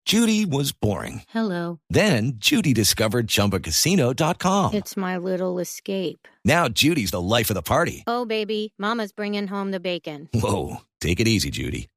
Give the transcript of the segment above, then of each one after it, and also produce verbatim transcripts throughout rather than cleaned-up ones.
Judy was boring. Hello. Then Judy discovered Chumba Casino dot com. It's my little escape. Now Judy's the life of the party. Oh, baby, mama's bringing home the bacon. Whoa, take it easy, Judy.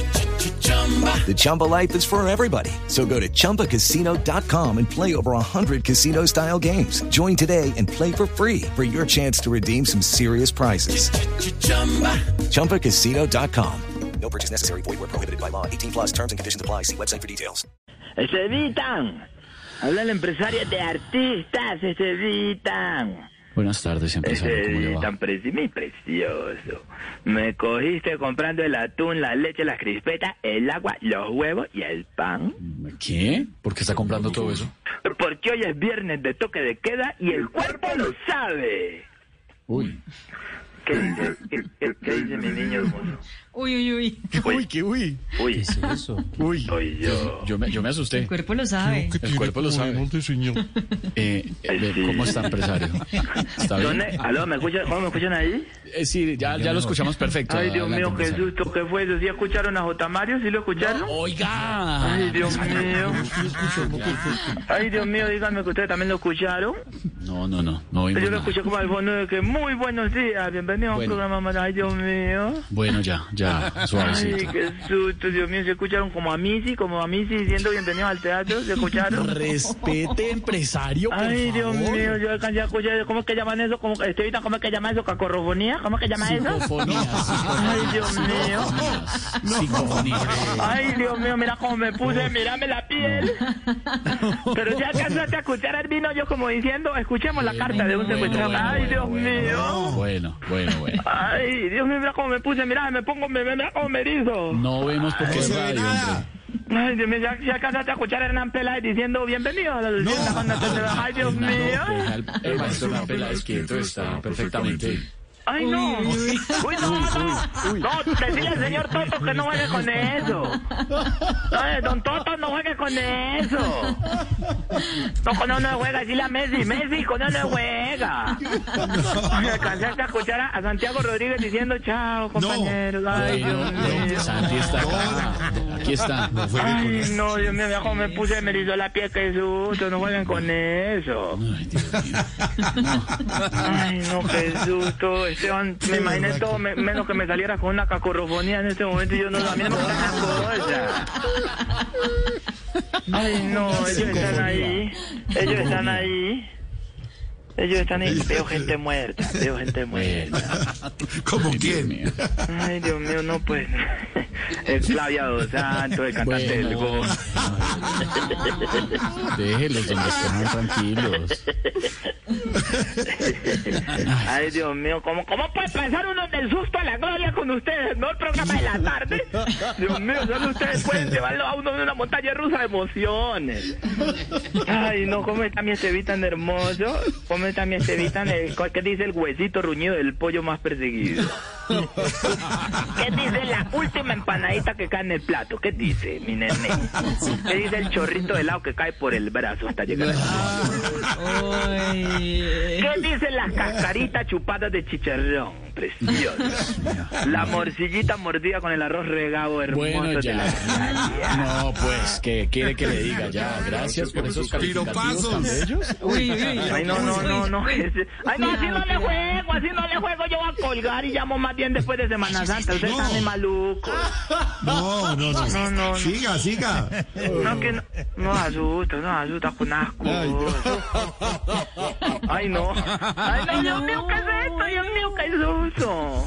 The Chumba life is for everybody. So go to Chumba Casino dot com and play over one hundred casino-style games. Join today and play for free for your chance to redeem some serious prizes. Chumba Casino dot com. No purchase necessary. Void where prohibited by law. eighteen plus terms and conditions apply. See website for details. Estevitan, habla el empresario de artistas, Estevitan. Buenas tardes, empresario. ¿Cómo le va? Tan preci- mi precioso. Me cogiste comprando el atún, la leche, las crispetas, el agua, los huevos y el pan. ¿Qué? ¿Por qué está comprando todo eso? Porque hoy es viernes de toque de queda y el cuerpo lo sabe. Uy. ¿Qué dice, qué, qué, qué dice mi niño hermoso? Uy, uy, uy. Uy, qué uy. Uy, ¿Qué es eso? Uy. soy yo. Yo me, yo me asusté. El cuerpo lo sabe. El cuerpo lo sabe. Eh, eh, ¿Cómo está, empresario? ¿Está bien? ¿Dónde? ¿Aló? ¿Me escuchan? ¿Cómo me escuchan ahí? Eh, sí, ya, ya lo escuchamos perfecto. Ay, Dios Adelante, mío, qué empresario. susto, ¿qué fue eso? ¿Sí escucharon a J. Mario? ¿Sí lo escucharon? Oiga. Ay, Dios mío. Ay, Dios mío, díganme que ustedes también lo escucharon. No, no, no. No oímos Yo lo nada. escuché como al fondo de que muy buenos días, bienvenido a un Bueno. programa más. Ay, Dios mío. Bueno, ya, ya, Ay, suavecito. qué susto, Dios mío. ¿Se escucharon como a Missy, como a Missy diciendo bienvenido al teatro? ¿Se escucharon? Respete, empresario, por Ay, Dios favor. mío, yo alcancé a escuchar. ¿Cómo es que llaman eso? ¿Cómo, Estevita, ¿cómo es que llaman eso? ¿Cacorrofonía? ¿Cómo es que llama eso? Psicofonía, Ay, Dios mío. psicofonía. Ay, Dios mío, mira cómo me puse, mírame la piel. Pero si alcanzaste a escuchar el vino, yo como diciendo, escuchemos la carta de un Bueno, secuestrado. bueno, Ay, Dios bueno, mío. Bueno, bueno, bueno. Ay, Dios mío, mira cómo me puse, mira, me pongo, me, mira cómo me erizo. No vemos porque es radio, hombre. Ay, Dios mío, ya, ya alcanzaste a escuchar a Hernán Peláez diciendo bienvenido a la fiesta con la- Ay, Dios mío. Deja el, el maestro Hernán Peláez quieto, está perfectamente. Ay, no. Uy, no, no. No, decirle al señor Toto que no juegue con eso. Ay, don Toto, no juegue con eso. No, con eso no juega. Decirle a Messi, Messi, con eso no juega. Me alcanzaste a escuchar a, a Santiago Rodríguez diciendo chao, compañeros. Ay, Dios mío. Santi está acá. Aquí está. Ay, no, Dios mío, mira cómo me puse, me erizó la piel, qué susto. No jueguen con eso. Ay, Dios mío. Ay, no, qué susto. Esteban, me imaginé todo, me- menos que me saliera con una cacorrofonía en este momento y yo no, a mí no me gusta la cosa. Ay, no, ellos están ahí, ellos están ahí. Ellos están ahí, veo gente muerta, veo gente muerta. ¿Cómo Ay, Dios quién? mío. Ay, Dios mío, no, pues. Es Flavia Dos Santos, el cantante del Bueno. Go. Déjelos donde estén tranquilos. Ay, Dios mío, ¿cómo, ¿cómo puede pasar uno del susto a la gloria con ustedes? ¿No? El programa de la tarde. Dios mío, solo ustedes pueden llevarlo a uno de una montaña rusa de emociones. Ay, no, ¿cómo está mi Estevita tan hermoso? ¿Cómo está mi Estevita? ¿Qué dice el huesito ruñido del pollo más perseguido? ¿Qué dice la última empanadita que cae en el plato? ¿Qué dice, mi nene? ¿Qué dice el chorrito de helado que cae por el brazo hasta llegar al ¿Qué dicen las cascaritas chupadas de chicharrón? Preciosa. La morcillita mordida con el arroz regado hermoso Bueno, de ya. la playa. No, pues, ¿qué quiere que le diga? Ya, gracias por esos calificativos tan bellos. Uy, uy, uy. Ay, no, no, no, no. ese- Ay, no, así no le juego, así no le juego. Yo voy a colgar y llamo más bien después de Semana Santa. Ustedes están de malucos. No, no, no. No, no, no. Siga, siga. No, que no, no asusta, no asusta con asco. Ay, no. Ay, no, Dios mío, ¿qué es esto? Dios mío, ¿qué es eso?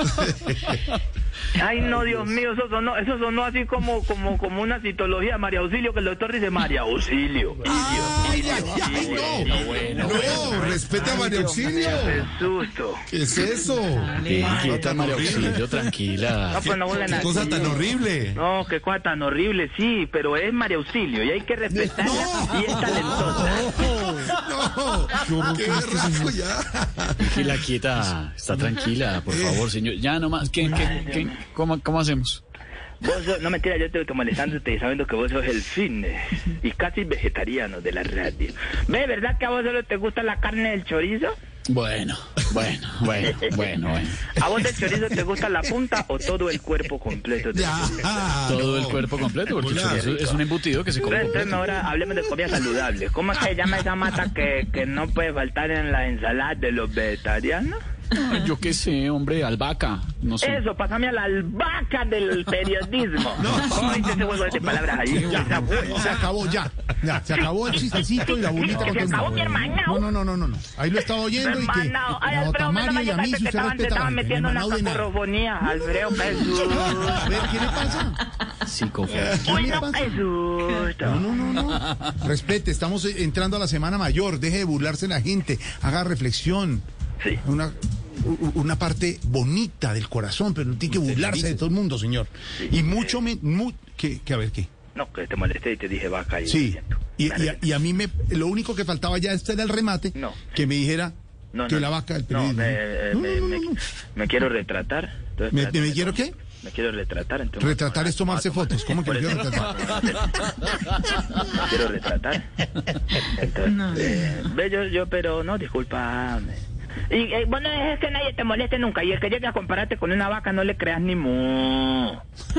Ay, no, Dios mío, eso sonó, eso sonó así como, como, como una citología de María Auxilio, que el doctor dice María Auxilio. Ay, ay, ay, no. Bueno, No, respeta a María Auxilio. Qué susto. ¿Qué es eso? ¿Qué quieta tan María horrible. Auxilio? Tranquila. No, pues no vuelven Qué así. cosa tan horrible. No, qué cosa tan horrible, sí, pero es María Auxilio y hay que respetarla y es talentosa. No, qué berraco ya. Tranquila, quieta. Está tranquila, por favor, señor. Ya nomás. ¿Qué, qué, qué, cómo, ¿Cómo hacemos? Vos sos- no mentira, yo te estoy molestándote sabiendo que vos sos el fitness y casi vegetariano de la radio. ¿Ve, verdad que a vos solo te gusta la carne del chorizo? Bueno, bueno, bueno, bueno, bueno. ¿A vos del chorizo te gusta la punta o todo el cuerpo completo? De Ya. Todo el cuerpo completo, porque el Hola. chorizo es un embutido que se come Entonces completo. ahora hablemos de comida saludable. ¿Cómo es que se llama esa mata que, que no puede faltar en la ensalada de los vegetarianos? Ay, yo qué sé, hombre, albahaca, no sé. Eso, pásame a la albahaca del periodismo. No, ese juego de palabras ahí. Ya, se acabó, ya. Ya, se acabó el chistecito y la burlita con Se todo el acabó mundo. mi hermano. No, no, no, no, no, no. Ahí lo estaba oyendo y que Hermano, ay, como Alfredo, me Tamario y a mí, que si te usted estaban, te respeta estaban la gente, metiendo ni una manado de nada. cacofonía, Alfredo, Jesús. A ver, ¿qué le pasa? Psicofonía. ¿Qué Uy, le no, pasa? Jesús. No, no, no, no. Respete, estamos entrando a la semana mayor. Deje de burlarse de la gente. Haga reflexión. Sí. Una, u- una parte bonita del corazón, pero no tiene que burlarse de todo el mundo, señor. Y mucho me... mu- que, que a ver, ¿qué? No, que te molesté y te dije vaca y Sí. lo siento. Y, Dale. y, a, y a mí me... Lo único que faltaba ya este era el remate. No. Que me dijera No, que no, la no. vaca del No, periodismo. me, eh, No, me, no, no, me- no. me quiero retratar. Entonces, ¿Me- espérate, me quiero qué? Me quiero retratar. Entonces, Retratar es tomarse Por fotos. ¿Cómo que me eso- quiero retratar? Me quiero retratar. Entonces, No. eh, ve, yo, yo, pero no, discúlpame. Y eh, bueno, es que nadie te moleste nunca. Y el que llegue a compararte con una vaca, no le creas ni mu.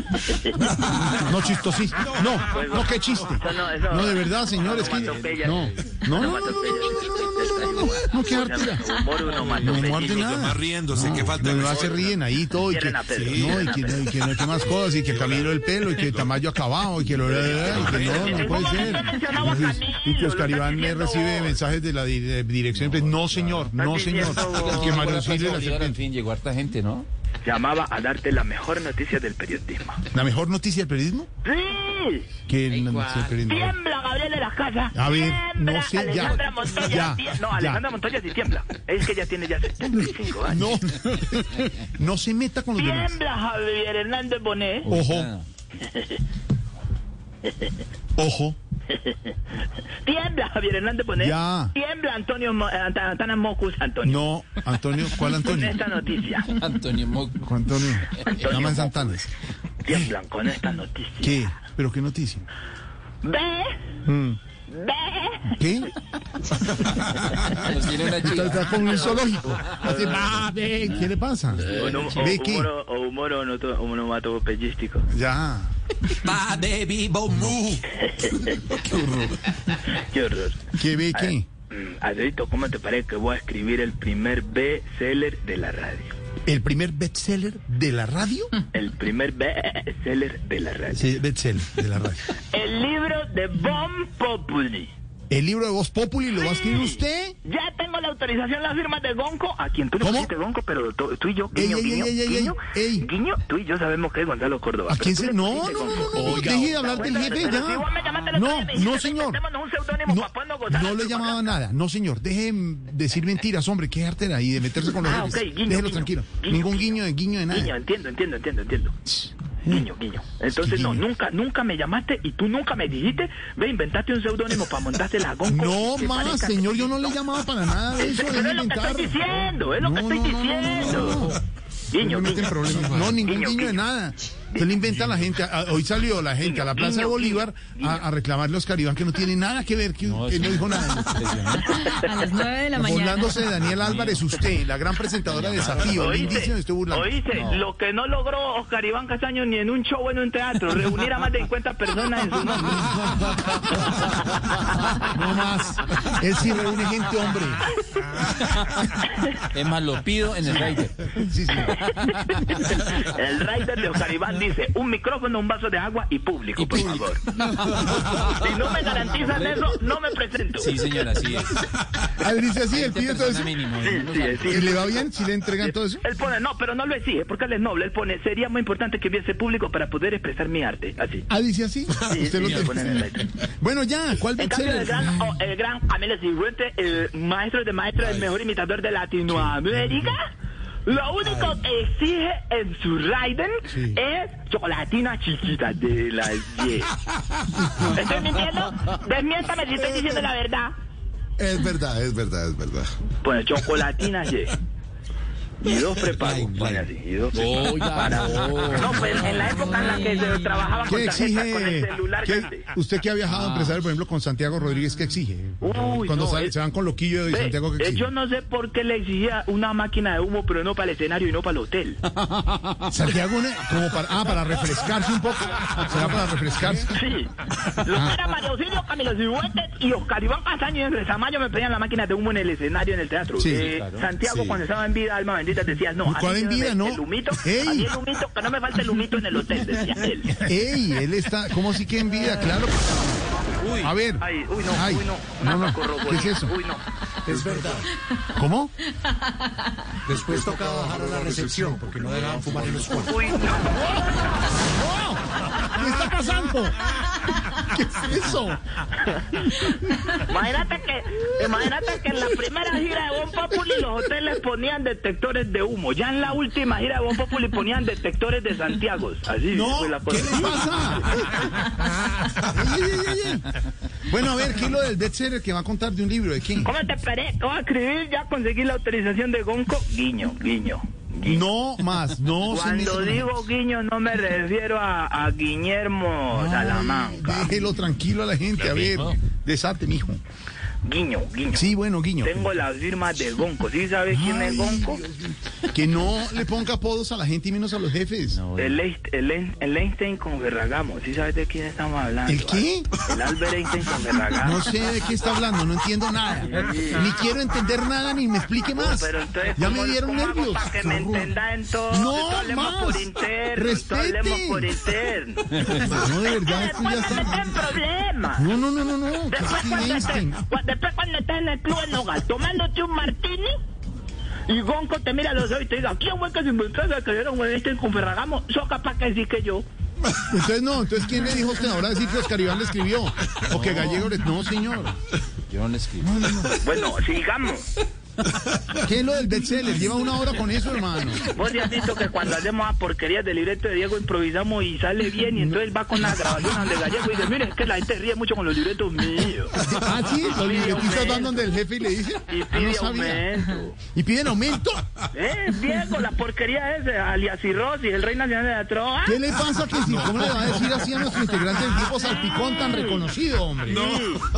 No, chistosí. No, no, qué chiste. Eso no, eso- No, de verdad, señor, es que... onomatopeya. No, no, no, no, no, no, no, no, no, qué jartera. Humor No onomatopéyico. muerde Los nada. demás riéndose, que falta Los de demás se desorden. ríen ahí todo y que, Cierren a Pedro, no, y cierren a que, no, Pedro. y que no hay que más cosas y que Camilo del pelo y que Tamayo acabado y que lo y que no, no puede ser. Y que Oscar Iván me recibe mensajes de la di- de dirección. No, señor, no, señor. Que Mario Auxilio la En fin, llegó harta gente, ¿no? Llamaba a darte la mejor noticia del periodismo. ¿La mejor noticia del periodismo? ¡Sí! Que la noticia del periodismo. Tiembla Gabriel de las Casas. A ver, Tiembla no sé, ya. Alejandra Montoya. Ya, tie- No, ya. Alejandra Montoya sí tiembla. Es que ella tiene ya setenta y cinco años. No, no se meta con los demás. Tiembla Javier Hernández Bonet. Ojo, ojo. Tiembla Javier Hernández Bonet. Ya. Tiembla Antonio Mo- Ant- Antana Mocus Antonio. No, Antonio, ¿cuál Con Antonio? esta noticia. Antonio Moco. ¿Cuál Antonio? Antonio Nada más en Mocus. Santana. Tiemblan con esta noticia. ¿Qué? ¿Pero qué noticia? Ve, Mm. ve. ¿Qué? Nos tiene una Está, chica. está con un zoológico. Así, va, ve, ¿qué le pasa? Ono- o- ¿Ve qué? humor o- o humor onoto- onomatopeyístico. Ya. Va, baby, bombu. Qué horror. ¿Qué ve qué? Mm, Alfredito, ¿cómo te parece que voy a escribir el primer bestseller de la radio? ¿El primer bestseller de la radio? El primer bestseller de la radio. Sí, bestseller de la radio. El libro de Bon Populi. ¿El libro de Voz Populi lo va a escribir usted? Ya tengo la autorización, la firma de Gonco, a quien tú le ¿Cómo? pusiste Gonco, pero tú, tú y yo, Ey, Guiño, ey, Guiño, ey, ey, ey, Guiño, ey. Guiño, tú y yo sabemos que es Gonzalo Córdoba. ¿A quién pero se.? tú le No, pusiste no, no, Gonco. no. Deje de hablar del Bueno, jefe pero si ya. vos me llamaste el otro No, día y me dijiste no, que señor. inventémonos un seudónimo No, para podernos gozar no de le tu llamaba casa. nada. No, señor. Deje de decir mentiras, hombre. Qué artera y de meterse con los Ah, jefes. ok, guiño, Déjelo guiño. tranquilo. Guiño, Ningún guiño. guiño de guiño de nada. Guiño, entiendo, entiendo, entiendo, entiendo. Guiño, guiño. Entonces, Guiño. no, nunca, nunca me llamaste y tú nunca me dijiste, ve, inventaste un seudónimo para montarte la Gonco. No que más, parezca- señor. Yo no le llamaba para nada de eso. Pero Deje es lo que inventar. estoy diciendo, es lo No, que estoy no, no, no, diciendo. no, no. Guiño, No me meten guiño. problemas. No, ningún Guiño, guiño de guiño. nada. Se le inventa a la gente. A- Hoy salió la gente a la Guiño, Plaza de guiño, Bolívar guiño, a, a reclamarle a Oscar Iván que no tiene nada que ver, que, No, que sí. no dijo nada. A las nueve de la mañana. Burlándose de Daniel Álvarez, usted, la gran presentadora de Desafío. Lindísimo, estoy burlando. Oíste, lo que no logró Oscar Iván Castaño ni en un show en un teatro, reunir a más de cincuenta personas en su nombre. No más. Él sí reúne gente, hombre. Es más, lo pido en el rider. Sí, sí. El rider de Oscar Iván dice, un micrófono, un vaso de agua y público, Y por público. favor. Si no me garantizan eso, no me presento. Sí, señora, así es. Ah, él dice así, él pide todo eso. Mínimo, Sí, no sí, sabe. sí. ¿Y le va bien si le entregan todo eso? Él pone, no, pero no lo exige, porque él es noble. Él pone, sería muy importante que hubiese público para poder expresar mi arte. Así. Ah, dice así. Sí, Usted sí, lo lo pone en el tiene. rider. Bueno, ya, ¿cuál En cambio, el bestseller? gran, oh, el gran Camilo Cifuentes, el maestro de maestros, el mejor imitador de Latinoamérica, lo único que exige en su rider Sí. es chocolatina chiquita de las diez. ¿Estoy mintiendo? Desmiéntame si estoy diciendo la verdad. Es verdad, es verdad, es verdad. Pues chocolatina, sí. Y dos prepago, pone así. Y dos prepago. Para- No, pues en la época en la que se trabajaba ¿Qué con tarjeta, con el exige? celular ¿Qué- grande. usted que ha viajado empresario, por ejemplo, con Santiago Rodríguez, ¿qué exige? Uy, Cuando no, sale- es- se van con Loquillo de Ve, Santiago, ¿qué eh, exige? yo no sé por qué le exigía una máquina de humo, pero no para el escenario y no para el hotel. Santiago, ¿no? como para, ah, para refrescarse un poco. ¿Será para refrescarse? Sí. Lo que era Mario Auxilio, Camilo Cifuentes y Oscar Iván Castaño y Andrés Amayo me pedían la máquina de humo en el escenario, en el teatro. Sí, Eh, claro. Santiago, Sí. cuando estaba en vida, alma bendita, decía, no, a mí ¿Cuál en llévame vida, no? el humito, ¡Ey! a mí el humito, que no me falte el humito en el hotel, decía él. ¡Ey! Él está, ¿cómo sí que en vida? Claro. Uy, A ver. Ay, uy, no, Ay. uy, no. No, no. Corroboré. ¿Qué es eso? Uy, no. Es verdad. ¿Cómo? Después tocaba bajar a la recepción porque no dejaban fumar en los cuartos. Uy, no. ¿Qué está pasando? ¿Qué es eso? Imagínate que, imagínate que en la primera gira de Bon Populi los hoteles ponían detectores de humo. Ya en la última gira de Bon Populi ponían detectores de Santiago. Así No, fue la ¿qué cosa. le pasa? Ey, ey, ey, ey. Bueno, a ver, ¿qué es lo del bestseller que va a contar de un libro? ¿De quién? ¿Cómo te esperé? Te voy a escribir, ya conseguí la autorización de Gonco. Guiño, guiño. guiño. No más, no se Cuando meta- digo guiño no me refiero a, a Guillermo Salamanca. Déjelo tranquilo a la gente, a ver. Desate, mijo. Guiño, guiño. Sí, bueno, Guiño. Tengo las firmas de Gonco. ¿Sí sabes quién es Gonco? Que no le ponga apodos a la gente y menos a los jefes. El, Einst- el, Ein- el Einstein con Ferragamo. ¿Sí sabes de quién estamos hablando? ¿El qué? El Albert Einstein con Ferragamo. No sé de qué está hablando, no entiendo nada. Ni quiero entender nada, ni me explique más. Pero entonces, Ya ¿cómo- me dieron cómo hago nervios. para que me entendas en todo? No, Entonces hablemos más. por interno. entonces Respete. hablemos por interno. No, de verdad, esto ya Después me meten está. problemas. No, no, no, no, no. ¿Qué Después es cuando, estés, Einstein? cu- después cuando estés en el club en Nogal tomándote un martini y Gonco te mira a los ojos y te diga, ¿quién fue que se inventó esa que era un Einstein con Ferragamo? Sos capaz que decir que yo. Entonces no, entonces ¿quién le dijo a usted ahora decir que Oscar Iván le escribió? O que Gallego le... No, señor. Yo no le escribo. Bueno, sigamos. ¿Qué es lo del bestseller? Lleva una hora con eso, hermano. Vos ya has visto que cuando hacemos a porquerías del libreto de Diego improvisamos y sale bien y entonces va con la grabación donde Gallego y dice, mire, es que la gente ríe mucho con los libretos míos. Ah, sí, los Pide libretistas van aumento. donde el jefe y le dice. Y Ah, no pide sabía. aumento. ¿Y piden aumento? Eh, Diego, la porquería ese, alias Cirrosis, el rey nacional de la trova. ¿Qué le pasa que si, cómo le va a decir así a nuestro integrante del grupo Salpicón tan reconocido, hombre? No.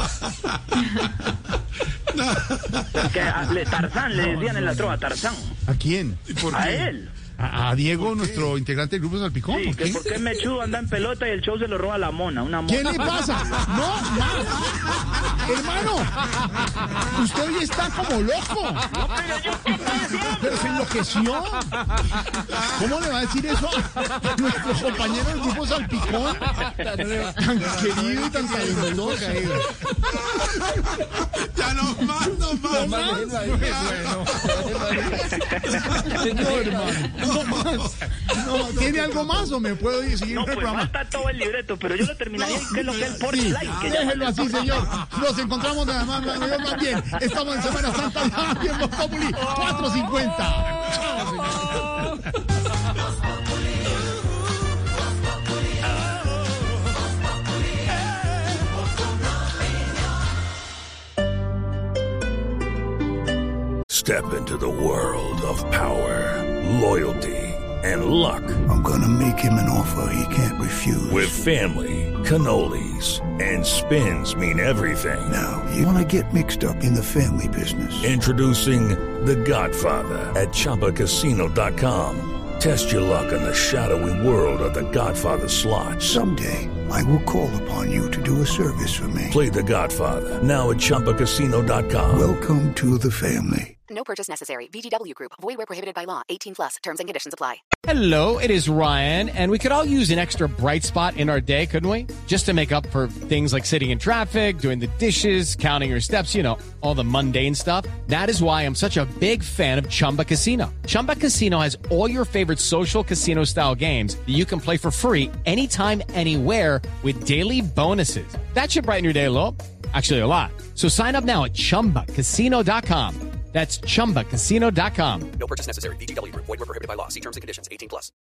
Que a le Tarzán le decían en la trova, Tarzán. ¿A quién? A él. ¿A, a Diego, nuestro integrante del grupo Salpicón? Sí, ¿Por que qué? porque es mechudo, anda en pelota y el show se lo roba la mona, una mona. ¿Qué le pasa? No, más. Hermano, usted hoy está como loco. Pero yo qué estoy haciendo. Pero se enloqueció. ¿Cómo le va a decir eso a nuestro compañero del grupo Salpicón? Tan querido y tan talentoso. Ya no más, no más. No más. No, hermano. No más. No, ¿tiene algo más o me puedo ir seguir No, el pues programa? falta todo el libreto, pero yo lo terminaría y qué es lo que es el Porsche Sí, Light. Que déjelo llaman. así, señor. Nos encontramos de más, más, más bien. Estamos en Semana Santa ya, bien, Voz Populi, cuatro cincuenta. Chao, señor. Step into the world of power, loyalty, and luck. I'm gonna make him an offer he can't refuse. With family, cannolis, and spins mean everything. Now, you wanna get mixed up in the family business. Introducing The Godfather at Chumba Casino dot com. Test your luck in the shadowy world of The Godfather slot. Someday, I will call upon you to do a service for me. Play The Godfather now at Chumba Casino dot com. Welcome to the family. No purchase necessary. V G W Group. Void where prohibited by law. eighteen plus. Terms and conditions apply. Hello, it is Ryan, and we could all use an extra bright spot in our day, couldn't we? Just to make up for things like sitting in traffic, doing the dishes, counting your steps, you know, all the mundane stuff. That is why I'm such a big fan of Chumba Casino. Chumba Casino has all your favorite social casino-style games that you can play for free anytime, anywhere with daily bonuses. That should brighten your day a little. Actually, a lot. So sign up now at Chumba Casino dot com. That's Chumba Casino dot com. No purchase necessary. V G W Group. Void where prohibited by law. See terms and conditions. eighteen plus.